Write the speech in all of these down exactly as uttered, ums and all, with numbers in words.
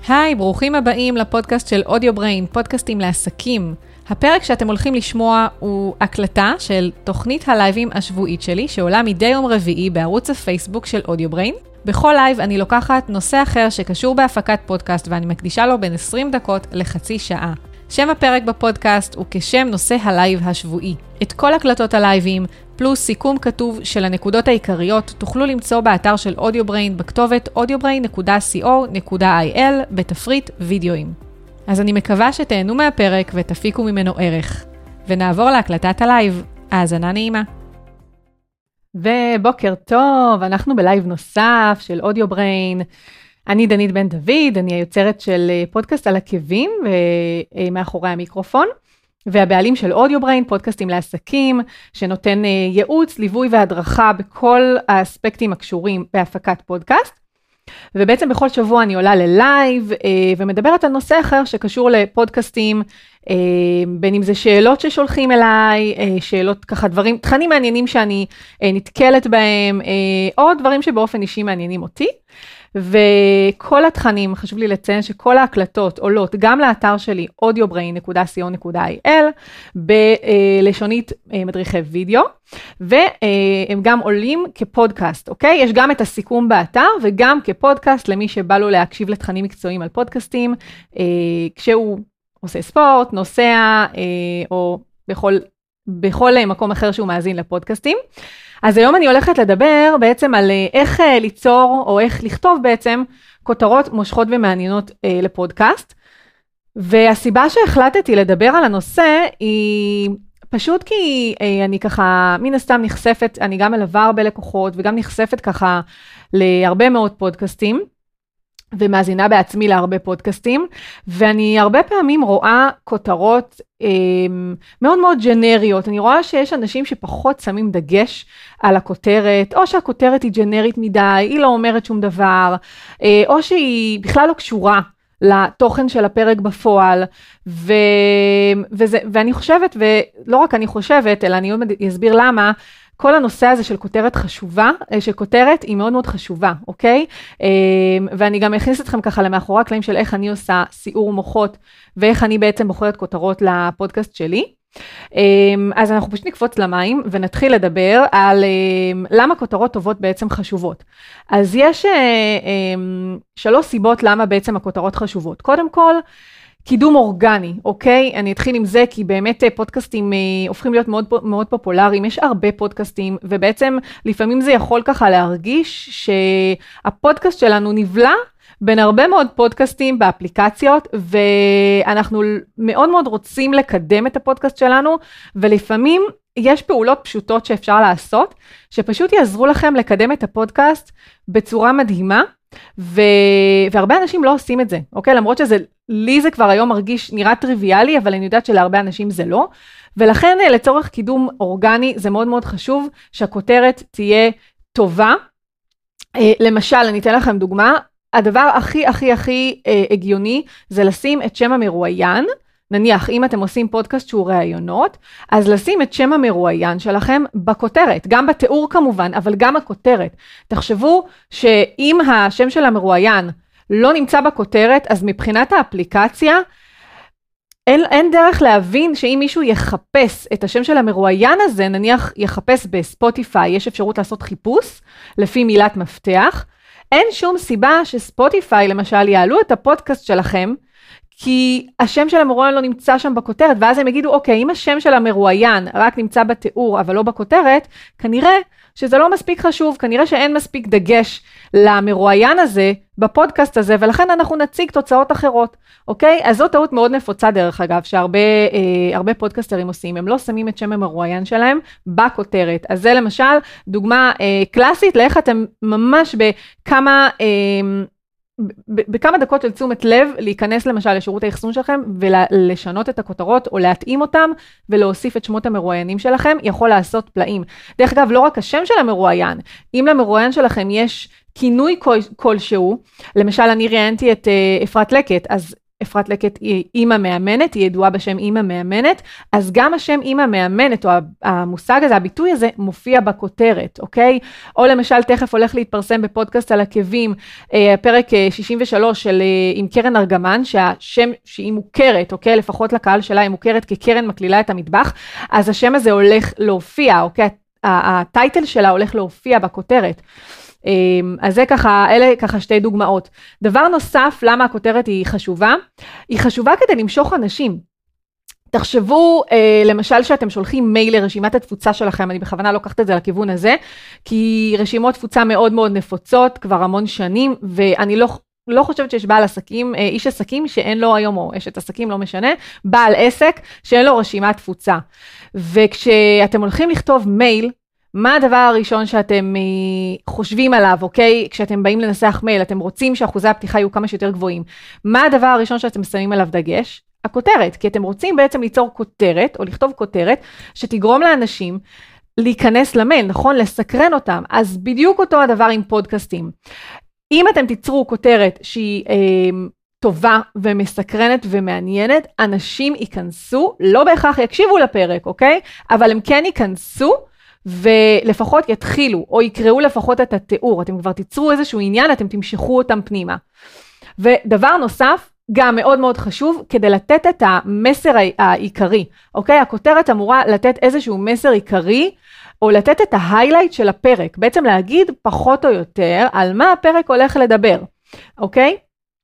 היי, ברוכים הבאים לפודקאסט של אודיו בריין, פודקאסטים לעסקים. הפרק שאתם הולכים לשמוע הוא הקלטה של תוכנית הלייבים השבועית שלי, שעולה מדי יום רביעי בערוץ הפייסבוק של אודיו בריין. בכל לייב אני לוקחת נושא אחר שקשור בהפקת פודקאסט, ואני מקדישה לו בין עשרים דקות לחצי שעה. שם הפרק בפודקאסט הוא כשם נושא הלייב השבועי. את כל הקלטות הלייבים, פלוס סיכום כתוב של הנקודות העיקריות, תוכלו למצוא באתר של אודיו בריין בכתובת אודיו בריין נקודה קו נקודה איי אל בתפריט וידאוים. אז אני מקווה שתהנו מהפרק ותפיקו ממנו ערך. ונעבור להקלטת הלייב. האזנה נעימה. ובוקר טוב, אנחנו בלייב נוסף של אודיו בריין. אני דנית בן דוד, אני היוצרת של פודקאסט על עקבים ומאחורי המיקרופון, והבעלים של אודיו בריין, פודקאסטים לעסקים, שנותן ייעוץ, ליווי והדרכה בכל האספקטים הקשורים בהפקת פודקאסט. ובעצם בכל שבוע אני עולה ללייב ומדברת על נושא אחר שקשור לפודקאסטים, בין אם זה שאלות ששולחים אליי, שאלות ככה דברים, תכנים מעניינים שאני נתקלת בהם, או דברים שבאופן אישי מעניינים אותי. וכל התכנים, חשוב לי לציין שכל ההקלטות עולות גם לאתר שלי אודיו בריין נקודה קו נקודה איי אל בלשונית מדריכי וידאו, והם גם עולים כפודקאסט, אוקיי? יש גם את הסיכום באתר וגם כפודקאסט למי שבא לו להקשיב לתכנים מקצועיים על פודקאסטים, כשהוא עושה ספורט, נוסע, או בכל, בכל מקום אחר שהוא מאזין לפודקאסטים. אז היום אני הולכת לדבר בעצם על איך ליצור או איך לכתוב בעצם כותרות מושכות ומעניינות לפודקאסט. והסיבה שהחלטתי לדבר על הנושא היא פשוט כי אני ככה מן הסתם נחשפת, אני גם מלווה הרבה לקוחות וגם נחשפת ככה להרבה מאוד פודקאסטים. ומאזינה בעצמי להרבה פודקאסטים, ואני הרבה פעמים רואה כותרות אה, מאוד מאוד ג'נריות. אני רואה שיש אנשים שפחות שמים דגש על הכותרת, או שהכותרת היא ג'נרית מדי, היא לא אומרת שום דבר, אה, או שהיא בכלל לא קשורה לתוכן של הפרק בפועל, ו, וזה, ואני חושבת, ולא רק אני חושבת, אלא אני אסביר למה, כל הנושא הזה של כותרת חשובה, של כותרת היא מאוד מאוד חשובה, אוקיי? ואני גם אכניס אתכם ככה למאחורי הקלעים של איך אני עושה סיעור מוחות, ואיך אני בעצם בוחרת כותרות לפודקאסט שלי. אז אנחנו פשוט נקפוץ למים, ונתחיל לדבר על למה כותרות טובות בעצם חשובות. אז יש שלוש סיבות למה בעצם הכותרות חשובות. קודם כל, קידום אורגני, אוקיי? אני אתחיל עם זה, כי באמת פודקאסטים אה, הופכים להיות מאוד, מאוד פופולריים, יש הרבה פודקאסטים, ובעצם לפעמים זה יכול ככה להרגיש שהפודקאסט שלנו נבלע בין הרבה מאוד פודקאסטים באפליקציות, ואנחנו מאוד מאוד רוצים לקדם את הפודקאסט שלנו, ולפעמים יש פעולות פשוטות שאפשר לעשות, שפשוט יעזרו לכם לקדם את הפודקאסט בצורה מדהימה, ו... והרבה אנשים לא עושים את זה, אוקיי? למרות שזה, לי זה כבר היום מרגיש, נראה טריוויאלי, אבל אני יודעת שלהרבה אנשים זה לא, ולכן לצורך קידום אורגני, זה מאוד מאוד חשוב שהכותרת תהיה טובה. למשל, אני אתן לכם דוגמה, הדבר הכי הכי הכי הגיוני, זה לשים את שם המרואיין, נניח, אם אתם עושים פודקאסט שהוא ראיונות, אז לשים את שם המרואיין שלכם בכותרת, גם בתיאור כמובן, אבל גם הכותרת. תחשבו שאם השם של המרואיין לא נמצא בכותרת, אז מבחינת האפליקציה, אין, אין דרך להבין שאם מישהו יחפש את השם של המרואיין הזה, נניח יחפש בספוטיפיי, יש אפשרות לעשות חיפוש לפי מילת מפתח, אין שום סיבה שספוטיפיי למשל יעלו את הפודקאסט שלכם, כי השם של המרואיין לא נמצא שם בכותרת, ואז הם יגידו, אוקיי, אם השם של המרואיין רק נמצא בתיאור, אבל לא בכותרת, כנראה שזה לא מספיק חשוב, כנראה שאין מספיק דגש למרואיין הזה, בפודקאסט הזה, ולכן אנחנו נציג תוצאות אחרות, אוקיי? אז זו טעות מאוד נפוצה דרך אגב, שהרבה אה, הרבה פודקאסטרים עושים, הם לא שמים את שם המרואיין שלהם בכותרת. אז זה למשל דוגמה אה, קלאסית, לאיך אתם ממש בכמה... אה, בכמה דקות של תשומת לב, להיכנס למשל לשירות האחסון שלכם, ולשנות את הכותרות, או להתאים אותם, ולהוסיף את שמות המרואיינים שלכם, יכול לעשות פלאים. דרך אגב, לא רק השם של המרואיין, אם למרואיין שלכם יש כינוי כלשהו, למשל אני ראיינתי את אפרת לקט, אז אפרת לקט היא אימא מאמנת, היא ידועה בשם אימא מאמנת, אז גם השם אימא מאמנת, או המושג הזה, הביטוי הזה, מופיע בכותרת, אוקיי? או למשל, תכף הולך להתפרסם בפודקאסט על עקבים, פרק שישים ושלוש של עם קרן ארגמן, שהשם שהיא מוכרת, אוקיי? לפחות לקהל שלה היא מוכרת כקרן מקלילה את המטבח, אז השם הזה הולך להופיע, אוקיי? הטייטל שלה הולך להופיע בכותרת. אז זה ככה, אלה ככה שתי דוגמאות. דבר נוסף, למה הכותרת היא חשובה? היא חשובה כדי למשוך אנשים. תחשבו, למשל, שאתם שולחים מייל לרשימת התפוצה שלכם, אני בכוונה לוקחת את זה לכיוון הזה, כי רשימות תפוצה מאוד מאוד נפוצות כבר המון שנים, ואני לא... לא חושבת שיש בעל עסקים, איש עסקים שאין לו היום, או אשת עסקים, לא משנה, בעל עסק שאין לו רשימת תפוצה. וכשאתם הולכים לכתוב מייל, מה הדבר הראשון שאתם חושבים עליו, אוקיי? כשאתם באים לנסח מייל, אתם רוצים שאחוזי הפתיחה יהיו כמה שיותר גבוהים. מה הדבר הראשון שאתם שמים עליו דגש? הכותרת, כי אתם רוצים בעצם ליצור כותרת, או לכתוב כותרת, שתגרום לאנשים להיכנס למייל, נכון? לסקרן אותם. אז בדיוק אותו הדבר עם פודקאסטים. אם אתם תיצרו כותרת שהיא אה, טובה ומסקרנת ומעניינת, אנשים ייכנסו, לא בהכרח יקשיבו לפרק, אוקיי? אבל הם כן ייכנסו, ולפחות יתחילו, או יקראו לפחות את התיאור. אתם כבר תיצרו איזשהו עניין, אתם תמשכו אותם פנימה. ודבר נוסף, גם מאוד מאוד חשוב, כדי לתת את המסר העיקרי, אוקיי? הכותרת אמורה לתת איזשהו מסר עיקרי, או לתת את ההיילייט של הפרק, בעצם להגיד פחות או יותר על מה הפרק הולך לדבר, אוקיי?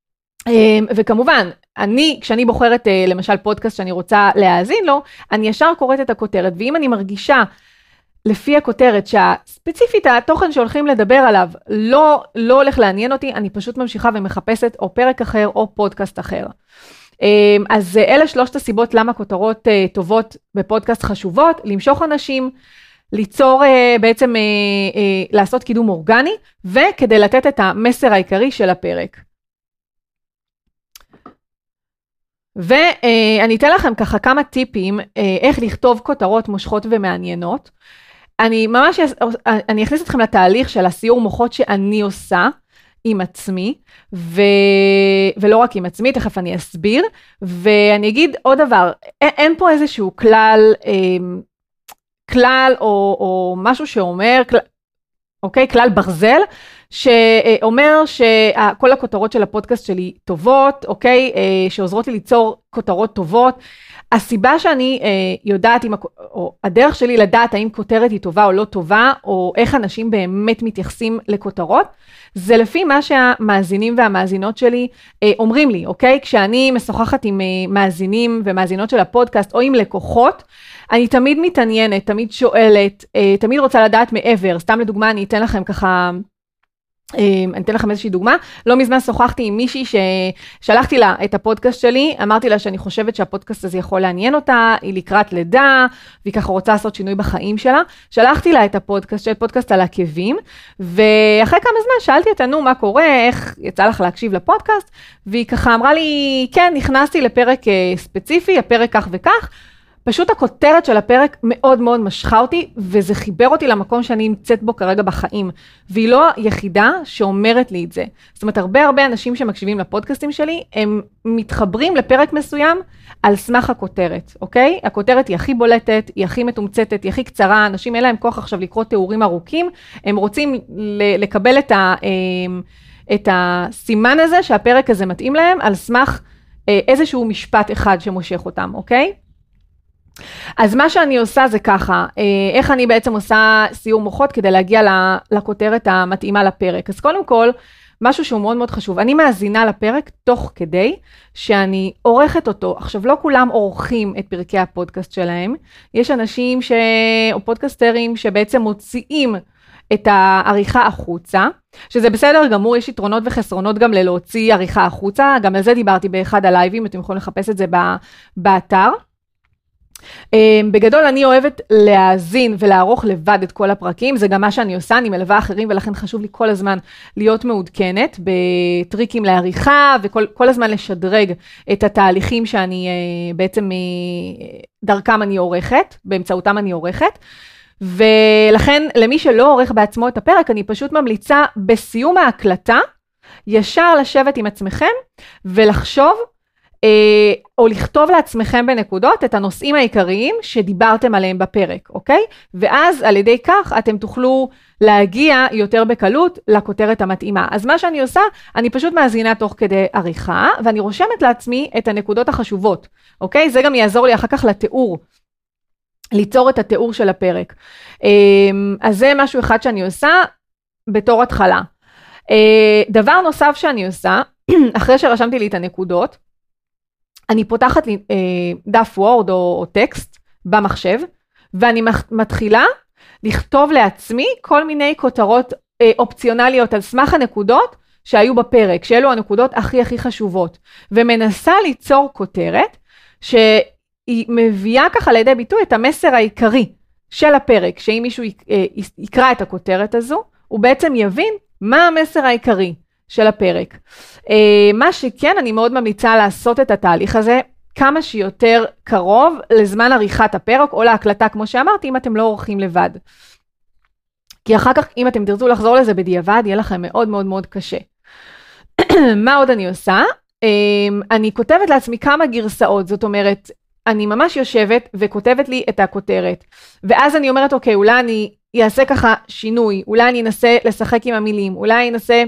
וכמובן, אני, כשאני בוחרת למשל פודקאסט שאני רוצה להאזין לו, אני ישר קוראת את הכותרת, ואם אני מרגישה לפי הכותרת שהספציפית התוכן שהולכים לדבר עליו לא, לא הולך לעניין אותי, אני פשוט ממשיכה ומחפשת או פרק אחר או פודקאסט אחר. אז אלה שלושת הסיבות למה כותרות טובות בפודקאסט חשובות, למשוך אנשים, ליצור בעצם לעשות קידום אורגני, וכדי לתת את המסר העיקרי של הפרק. ואני אתן לכם ככה כמה טיפים איך לכתוב כותרות מושכות ומעניינות. אני ממש, אני אכניס אתכם לתהליך של הסיור מוחות שאני עושה עם עצמי, ו... ולא רק עם עצמי, תכף אני אסביר, ואני אגיד עוד דבר, אין פה איזשהו כלל, כלל או, או משהו שאומר, אוקיי, כלל ברזל, שאומר שכל הכותרות של הפודקאסט שלי טובות, אוקיי, שעוזרות לי ליצור כותרות טובות. הסיבה שאני יודעת, או הדרך שלי לדעת האם כותרת היא טובה או לא טובה, או איך אנשים באמת מתייחסים לכותרות, זה לפי מה שהמאזינים והמאזינות שלי אומרים לי, אוקיי? כשאני משוחחת עם מאזינים ומאזינות של הפודקאסט, או עם לקוחות, אני תמיד מתעניינת, תמיד שואלת, תמיד רוצה לדעת מעבר. סתם לדוגמה, אני אתן לכם ככה, אני אתן לכם איזושהי דוגמה. לא מזמן שוחחתי עם מישהי ששלחתי לה את הפודקאסט שלי, אמרתי לה שאני חושבת שהפודקאסט הזה יכול לעניין אותה, היא לקראת לידה, והיא ככה רוצה לעשות שינוי בחיים שלה. שלחתי לה את הפודקאסט, של פודקאסט על עקבים, ואחרי כמה זמן שאלתי אותה, נו, מה קורה, איך יצא לך להקשיב לפודקאסט, והיא ככה אמרה לי, כן, נכנסתי לפרק ספציפי, הפרק כך וכך, פשוט הכותרת של הפרק מאוד מאוד משכה אותי, וזה חיבר אותי למקום שאני נמצאת בו כרגע בחיים, והיא לא היחידה שאומרת לי את זה. זאת אומרת, הרבה הרבה אנשים שמקשיבים לפודקאסטים שלי, הם מתחברים לפרק מסוים על סמך הכותרת, אוקיי? הכותרת היא הכי בולטת, היא הכי מתומצתת, היא הכי קצרה, אנשים אין להם כוח עכשיו לקרוא תיאורים ארוכים, הם רוצים לקבל את, ה, את הסימן הזה, שהפרק הזה מתאים להם, על סמך איזשהו משפט אחד שמושך אותם, אוקיי? אז מה שאני עושה זה ככה, איך אני בעצם עושה סיור מוחות כדי להגיע לכותרת המתאימה לפרק. אז קודם כל, משהו שהוא מאוד מאוד חשוב, אני מאזינה לפרק תוך כדי שאני עורכת אותו. עכשיו, לא כולם עורכים את פרקי הפודקאסט שלהם, יש אנשים ש... או פודקאסטרים שבעצם מוציאים את העריכה החוצה, שזה בסדר גמור, יש יתרונות וחסרונות גם ללהוציא עריכה החוצה, גם על זה דיברתי באחד הלייבים, אתם יכולים לחפש את זה באתר. בגדול אני אוהבת להאזין ולערוך לבד את כל הפרקים, זה גם מה שאני עושה, אני מלווה אחרים ולכן חשוב לי כל הזמן להיות מעודכנת בטריקים לעריכה וכל כל הזמן לשדרג את התהליכים שאני בעצם דרכם אני עורכת, באמצעותם אני עורכת, ולכן למי שלא עורך בעצמו את הפרק, אני פשוט ממליצה בסיום ההקלטה, ישר לשבת עם עצמכם ולחשוב או לכתוב לעצמכם בנקודות את הנושאים העיקריים שדיברתם עליהם בפרק, אוקיי? ואז על ידי כך אתם תוכלו להגיע יותר בקלות לכותרת המתאימה. אז מה שאני עושה, אני פשוט מאזינה תוך כדי עריכה, ואני רושמת לעצמי את הנקודות החשובות, אוקיי? זה גם יעזור לי אחר כך לתיאור, ליצור את התיאור של הפרק. אז זה משהו אחד שאני עושה בתור התחלה. דבר נוסף שאני עושה, אחרי שרשמתי לי את הנקודות, אני פותחת לי דף וורד או, או טקסט במחשב, ואני מתחילה לכתוב לעצמי כל מיני כותרות אופציונליות על סמך הנקודות שהיו בפרק, שאלו הנקודות הכי הכי חשובות, ומנסה ליצור כותרת שהיא מביאה ככה לידי ביטוי את המסר העיקרי של הפרק, שאם מישהו יקרא את הכותרת הזו, הוא בעצם יבין מה המסר העיקרי של הפרק. מה שכן, אני מאוד ממליצה לעשות את התהליך הזה כמה שיותר קרוב לזמן עריכת הפרק או להקלטה, כמו שאמרתי, אם אתם לא עורכים לבד. כי אחר כך, אם אתם תרצו לחזור לזה בדיעבד, יהיה לכם מאוד מאוד מאוד קשה. מה עוד אני עושה? אני כותבת לעצמי כמה גרסאות, זאת אומרת, אני ממש יושבת וכותבת לי את הכותרת, ואז אני אומרת, אוקיי, אולי אני אעשה ככה שינוי, אולי אני אנסה לשחק עם המילים, אולי אני אנסה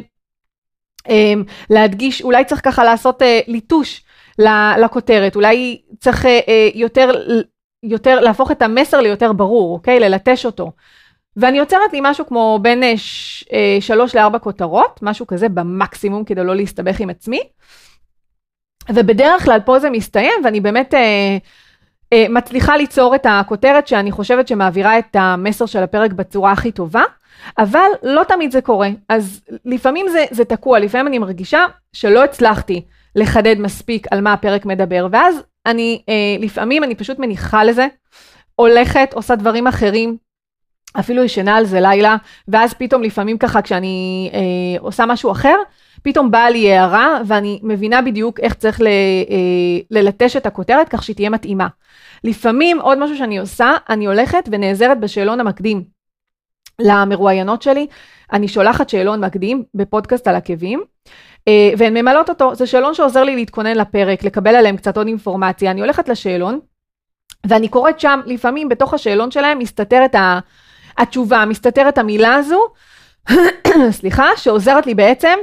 להדגיש, אולי צריך ככה לעשות ליטוש לכותרת, אולי צריך יותר, יותר, להפוך את המסר ליותר ברור, אוקיי? ללטש אותו. ואני יוצרת לי משהו כמו בין ש, שלוש לארבע כותרות, משהו כזה במקסימום כדי לא להסתבך עם עצמי. ובדרך כלל פה זה מסתיים, ואני באמת אה, אה, מצליחה ליצור את הכותרת שאני חושבת שמעבירה את המסר של הפרק בצורה הכי טובה, אבל לא תמיד זה קורה. אז לפעמים זה, זה תקוע, לפעמים אני מרגישה שלא הצלחתי לחדד מספיק על מה הפרק מדבר, ואז אני, אה, לפעמים אני פשוט מניחה לזה, הולכת, עושה דברים אחרים, אפילו ישנה על זה לילה, ואז פתאום לפעמים ככה כשאני אה, עושה משהו אחר, פתאום באה לי הערה, ואני מבינה בדיוק איך צריך ל, אה, ללטש את הכותרת, כך שהיא תהיה מתאימה. לפעמים עוד משהו שאני עושה, אני הולכת ונעזרת בשאלון המקדים למרואיינות שלי, אני שולחת שאלון מקדים בפודקאסט על עקבים, אה, והן ממלאות אותו, זה שאלון שעוזר לי להתכונן לפרק, לקבל עליהם קצת עוד אינפורמציה, אני הולכת לשאלון, ואני קוראת שם, לפעמים בתוך השאלון שלהם מסתתרת ה... התשובה, מסתתרת המילה הזו, סליחה, שעוזרת לי בעצם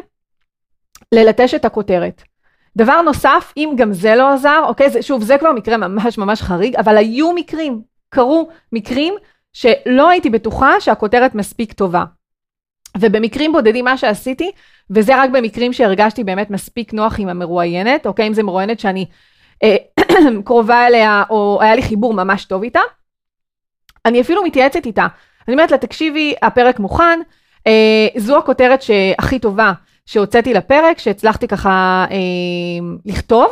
ללטש את הכותרת. דבר נוסף, אם גם זה לא עזר, אוקיי, זה, שוב, זה כבר מקרה ממש ממש חריג, אבל היו מקרים, קרו מקרים שלא הייתי בטוחה שהכותרת מספיק טובה. ובמקרים בודדים מה שעשיתי, וזה רק במקרים שהרגשתי באמת מספיק נוח עם המרואיינת, אוקיי, אם זה מרואיינת שאני אה, קרובה אליה, או היה לי חיבור ממש טוב איתה, אני אפילו מתייעצת איתה. אני אומרת לה, תקשיבי, הפרק מוכן, אה, זו הכותרת שהכי טובה שהוצאתי לפרק, שהצלחתי ככה אה, לכתוב.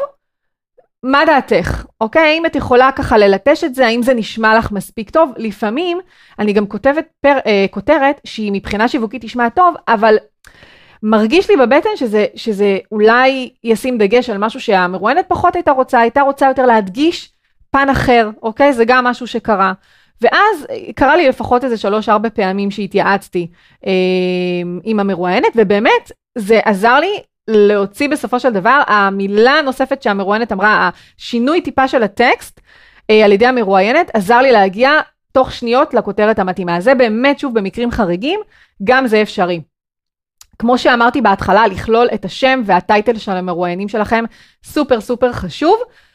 מה דעתך? אוקיי, האם את יכולה ככה ללטש את זה, האם זה נשמע לך מספיק טוב? לפעמים אני גם כותבת פר, אה, כותרת שהיא מבחינה שיווקית תשמע טוב, אבל מרגיש לי בבטן שזה, שזה אולי ישים דגש על משהו שהמרואיינת פחות הייתה רוצה, הייתה רוצה יותר להדגיש פן אחר, אוקיי? זה גם משהו שקרה. ואז קרה לי לפחות איזה שלוש ארבע פעמים שהתייעצתי אה, עם המרואיינת, ובאמת זה עזר לי להוציא בסופו של דבר, המילה הנוספת שהמרואיינת אמרה, השינוי טיפה של הטקסט אה, על ידי המרואיינת, עזר לי להגיע תוך שניות לכותרת המתאימה. זה באמת שוב במקרים חריגים, גם זה אפשרי. כמו שאמרתי בהתחלה, לכלול את השם והטייטל של המרואיינים שלכם, סופר סופר חשוב,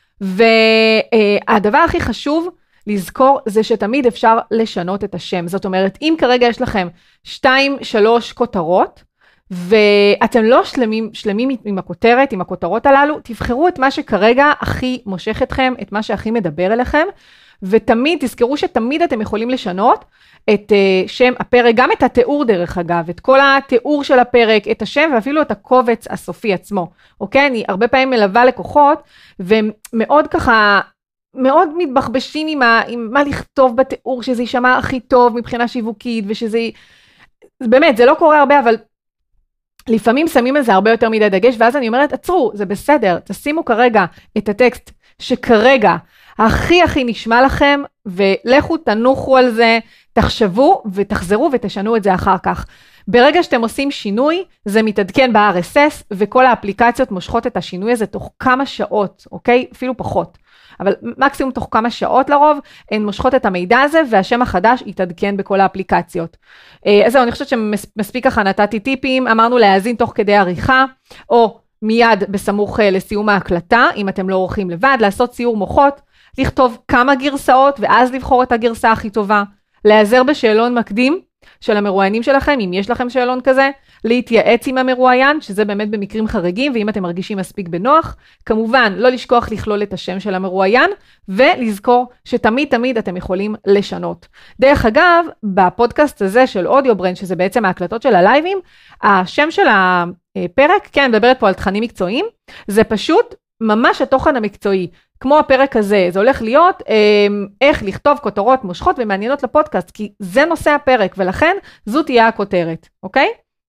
והדבר הכי חשוב, לזכור זה שתמיד אפשר לשנות את השם. זאת אומרת, אם כרגע יש לכם שתיים, שלוש כותרות, ואתם לא שלמים, שלמים עם הכותרת, עם הכותרות הללו, תבחרו את מה שכרגע הכי מושך אתכם, את מה שהכי מדבר אליכם, ותמיד, תזכרו שתמיד אתם יכולים לשנות את uh, שם הפרק, גם את התיאור דרך אגב, את כל התיאור של הפרק, את השם ואפילו את הקובץ הסופי עצמו. אוקיי? אני הרבה פעמים מלווה לקוחות, ומאוד ככה, מאוד מתבחבשים עם, ה, עם מה לכתוב בתיאור, שזה יישמע הכי טוב מבחינה שיווקית, ושזה, באמת, זה לא קורה הרבה, אבל לפעמים שמים על זה הרבה יותר מדי דגש, ואז אני אומרת, עצרו, זה בסדר, תשימו כרגע את הטקסט שכרגע הכי הכי נשמע לכם, ולכו תנוחו על זה, תחשבו ותחזרו ותשנו את זה אחר כך. ברגע שאתם עושים שינוי, זה מתעדכן ב-אר אס אס, וכל האפליקציות מושכות את השינוי הזה תוך כמה שעות, אוקיי? אפילו פחות. אבל מקסימום תוך כמה שעות לרוב, הן מושכות את המידע הזה, והשם החדש יתעדכן בכל האפליקציות. אז זהו, אני חושבת שמספיק ככה נתתי טיפים, אמרנו להאזין תוך כדי עריכה, או מיד בסמוך לסיום ההקלטה, אם אתם לא עורכים לבד, לעשות סיור מוחות, לכתוב כמה גרסאות, ואז לבחור את הגרסה הכי טובה, להיעזר בשאלון מקדים של המרואיינים שלכם, אם יש לכם שאלון כזה, להתייעץ עם המרואיין, שזה באמת במקרים חריגים, ואם אתם מרגישים מספיק בנוח, כמובן לא לשכוח לכלול את השם של המרואיין, ולזכור שתמיד תמיד אתם יכולים לשנות. דרך אגב, בפודקאסט הזה של אודיובריין, שזה בעצם ההקלטות של הלייבים, השם של הפרק, כן, מדברת פה על תכנים מקצועיים, זה פשוט ממש התוכן המקצועי. כמו הפרק הזה, זה הולך להיות אה, איך לכתוב כותרות מושכות ומעניינות לפודקאסט, כי זה נושא הפרק, ולכן זו תהיה הכותרת, אוקיי?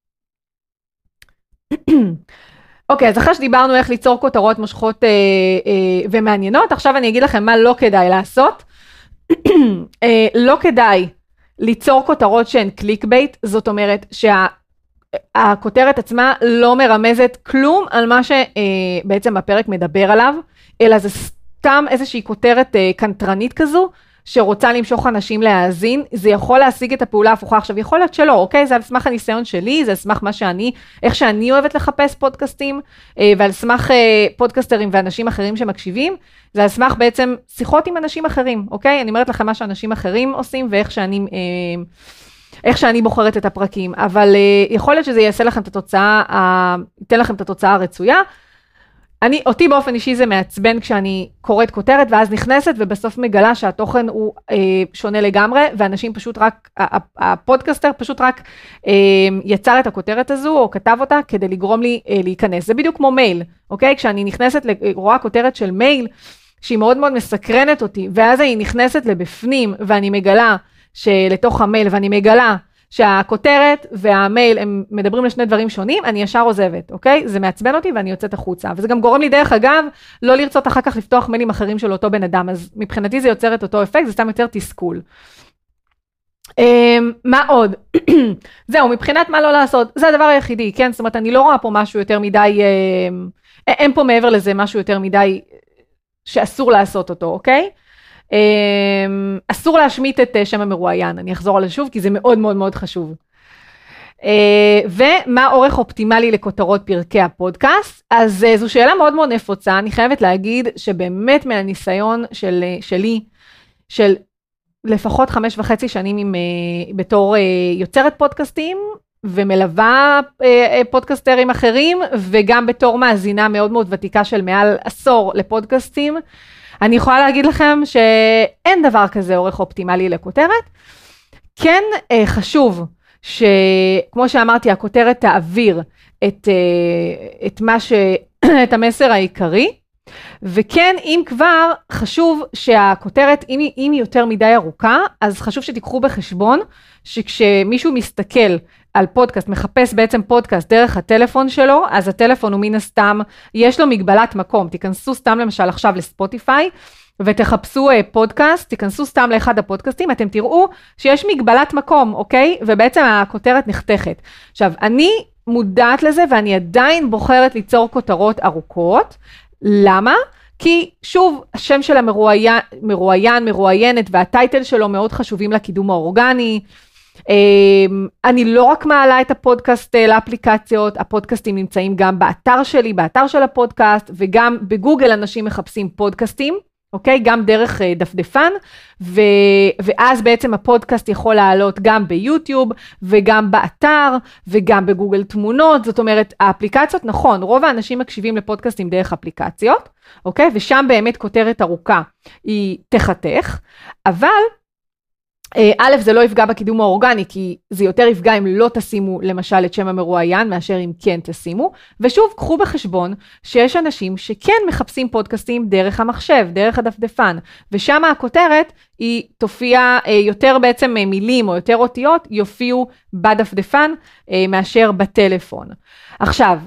אוקיי, אז אחרי שדיברנו איך ליצור כותרות מושכות אה, אה, ומעניינות, עכשיו אני אגיד לכם מה לא כדאי לעשות. אה, לא כדאי ליצור כותרות שהן קליק בייט, זאת אומרת שהכותרת עצמה לא מרמזת כלום על מה שבעצם הפרק מדבר עליו, אלא זה סתם איזושהי כותרת אה, קנטרנית כזו, שרוצה למשוך אנשים להאזין, זה יכול להשיג את הפעולה ההפוכה. עכשיו, יכול להיות שלא, אוקיי? זה על סמך הניסיון שלי, זה על סמך מה שאני, איך שאני אוהבת לחפש פודקאסטים, אה, ועל סמך אה, פודקסטרים ואנשים אחרים שמקשיבים, זה על סמך בעצם שיחות עם אנשים אחרים, אוקיי? אני אומרת לכם מה שאנשים אחרים עושים, ואיך שאני... אה, איך שאני בוחרת את הפרקים, אבל אה, יכול להיות שזה יעשה לכם את התוצאה, אה, ייתן לכם את התוצאה הרצויה. אני, אותי באופן אישי זה מעצבן כשאני קוראת כותרת ואז נכנסת ובסוף מגלה שהתוכן הוא אה, שונה לגמרי, ואנשים פשוט רק, הפודקאסטר פשוט רק אה, יצר את הכותרת הזו או כתב אותה כדי לגרום לי אה, להיכנס. זה בדיוק כמו מייל, אוקיי? כשאני נכנסת, רואה כותרת של מייל שהיא מאוד מאוד מסקרנת אותי, ואז היא נכנסת לבפנים ואני מגלה שלתוך המייל ואני מגלה שהכותרת והמייל הם מדברים לשני דברים שונים, אני ישר עוזבת, אוקיי? זה מעצבן אותי ואני יוצאת החוצה, וזה גם גורם לי דרך אגב, לא לרצות אחר כך לפתוח מיילים אחרים של אותו בן אדם, אז מבחינתי זה יוצר את אותו אפקט, זה סתם יותר תסכול. מה עוד? זהו, מבחינת מה לא לעשות, זה הדבר היחידי, כן? זאת אומרת, אני לא רואה פה משהו יותר מדי, אין פה מעבר לזה משהו יותר מדי שאסור לעשות אותו, אוקיי? Um, אסור להשמיט את uh, שם המרואיין, אני אחזור על זה שוב, כי זה מאוד מאוד מאוד חשוב. Uh, ומה אורך אופטימלי לכותרות פרקי הפודקאסט? אז uh, זו שאלה מאוד מאוד נפוצה, אני חייבת להגיד שבאמת מהניסיון של, uh, שלי, של לפחות חמש וחצי שנים עם, uh, בתור uh, יוצרת פודקאסטים, ומלווה uh, פודקסטרים אחרים, וגם בתור מאזינה מאוד מאוד ותיקה של מעל עשור לפודקאסטים, אני יכולה להגיד לכם שאין דבר כזה אורך אופטימלי לכותרת. כן חשוב שכמו שאמרתי, הכותרת תעביר את, את, מה ש, את המסר העיקרי, וכן אם כבר חשוב שהכותרת, אם, אם היא יותר מדי ארוכה, אז חשוב שתיקחו בחשבון שכשמישהו מסתכל על פודקאסט, מחפש בעצם פודקאסט דרך הטלפון שלו, אז הטלפון הוא מן הסתם, יש לו מגבלת מקום, תיכנסו סתם למשל עכשיו לספוטיפיי, ותחפשו פודקאסט, תיכנסו סתם לאחד הפודקאסטים, אתם תראו שיש מגבלת מקום, אוקיי? ובעצם הכותרת נחתכת. עכשיו, אני מודעת לזה, ואני עדיין בוחרת ליצור כותרות ארוכות, למה? כי שוב, השם של המרואיין, מרואיין, מרואיינת, והטייטל שלו מאוד חשובים לקידום האורגני, אני לא רק מעלה את הפודקאסט לאפליקציות, הפודקאסטים נמצאים גם באתר שלי, באתר של הפודקאסט, וגם בגוגל אנשים מחפשים פודקאסטים, אוקיי? גם דרך דפדפן, ו... ואז בעצם הפודקאסט יכול לעלות גם ביוטיוב, וגם באתר, וגם בגוגל תמונות, זאת אומרת, האפליקציות, נכון, רוב האנשים מקשיבים לפודקאסטים דרך אפליקציות, אוקיי? ושם באמת כותרת ארוכה היא תחתך, אבל א', זה לא יפגע בקידום האורגני, כי זה יותר יפגע אם לא תשימו למשל את שם המרואיין, מאשר אם כן תשימו, ושוב, קחו בחשבון שיש אנשים שכן מחפשים פודקאסטים דרך המחשב, דרך הדפדפן, ושם הכותרת היא תופיע יותר בעצם מילים או יותר אותיות, יופיעו בדפדפן מאשר בטלפון. עכשיו,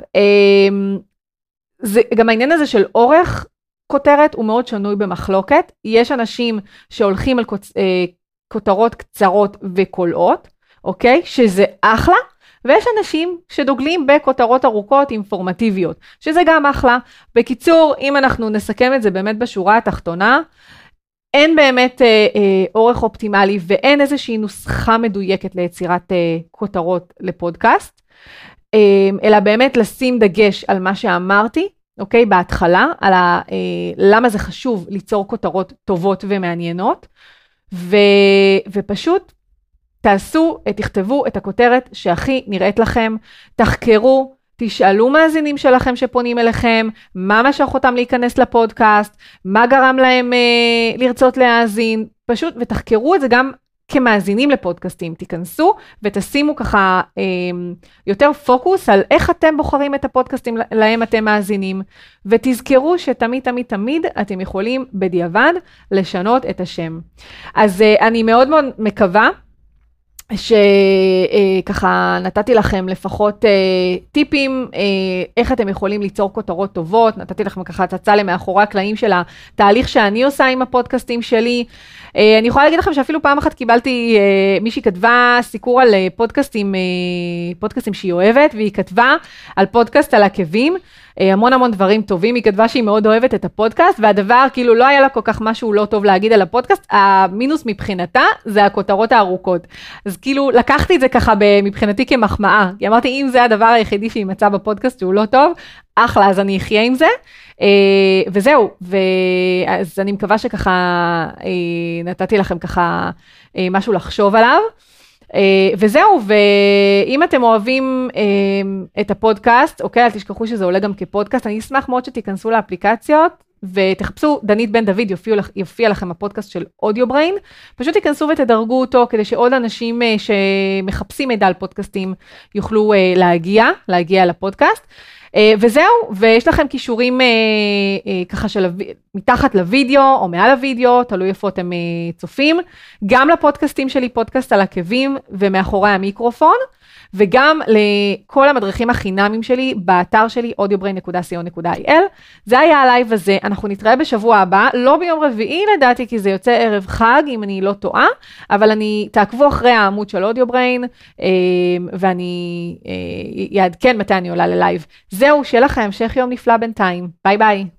זה, גם העניין הזה של אורך כותרת הוא מאוד שנוי במחלוקת, יש אנשים שהולכים על כותרת, כותרות קצרות וקולעות, אוקיי? שזה אחלה, ויש אנשים שדוגלים בכותרות ארוכות אינפורמטיביות, שזה גם אחלה. בקיצור, אם אנחנו נסכם את זה באמת בשורה התחתונה, אין באמת אה, אה, אורך אופטימלי, ואין איזושהי נוסחה מדויקת ליצירת אה, כותרות לפודקאסט, אה, אלא באמת לשים דגש על מה שאמרתי, אוקיי, בהתחלה, על ה, אה, למה זה חשוב ליצור כותרות טובות ומעניינות, ו, ופשוט תעשו, תכתבו את הכותרת שהכי נראית לכם, תחקרו, תשאלו מאזינים שלכם שפונים אליכם, מה משך אותם להיכנס לפודקאסט, מה גרם להם אה, לרצות להאזין, פשוט, ותחקרו את זה גם כמאזינים לפודקאסטים, תיכנסו ותשימו ככה אה, יותר פוקוס על איך אתם בוחרים את הפודקאסטים להם אתם מאזינים, ותזכרו שתמיד תמיד תמיד אתם יכולים בדיעבד לשנות את השם. אז אה, אני מאוד מאוד מקווה, שככה נתתי לכם לפחות טיפים איך אתם יכולים ליצור כותרות טובות, נתתי לכם ככה הצצה למאחורי הקלעים של התהליך שאני עושה עם הפודקאסטים שלי. אני יכולה להגיד לכם שאפילו פעם אחת קיבלתי, מישהי כתבה סיקור על פודקאסטים, פודקאסטים שהיא אוהבת, והיא כתבה על פודקאסט על עקבים, המון המון דברים טובים, היא כתבה שהיא מאוד אוהבת את הפודקאסט, והדבר כאילו לא היה לה כל כך משהו לא טוב להגיד על הפודקאסט, המינוס מבחינתה זה הכותרות הארוכות. אז כאילו לקחתי את זה ככה מבחינתי כמחמאה, כי אמרתי אם זה הדבר היחידי שהיא מצאה בפודקאסט שהוא לא טוב, אחלה, אז אני אחיה עם זה, וזהו, אז אני מקווה שככה נתתי לכם ככה משהו לחשוב עליו, וזהו, ואם אתם אוהבים את הפודקאסט, אוקיי, אל תשכחו שזה עולה גם כפודקאסט, אני אשמח מאוד שתיכנסו לאפליקציות, ותחפשו דנית בן דוד, יופיע, יופיע לכם הפודקאסט של אודיובריין, פשוט תיכנסו ותדרגו אותו, כדי שעוד אנשים שמחפשים מידע על פודקאסטים, יוכלו להגיע, להגיע לפודקאסט, וזהו, ויש לכם קישורים ככה של מתחת לוידאו או מעל הוידאו, תלוי איפה אתם צופים, גם לפודקאסטים שלי, פודקאסט על עקבים ומאחורי המיקרופון, וגם לכל המדריכים החינמים שלי באתר שלי אודיובריין נקודה סי או נקודה איי אל. זה היה הלייב הזה, אנחנו נתראה בשבוע הבא, לא ביום רביעי לדעתי כי זה יוצא ערב חג אם אני לא טועה, אבל אני תעקבו אחרי העמוד של אודיובריין ואני יעדכן מתי אני עולה ללייב. זהו, שיהיה לכם המשך יום נפלא בינתיים, ביי ביי.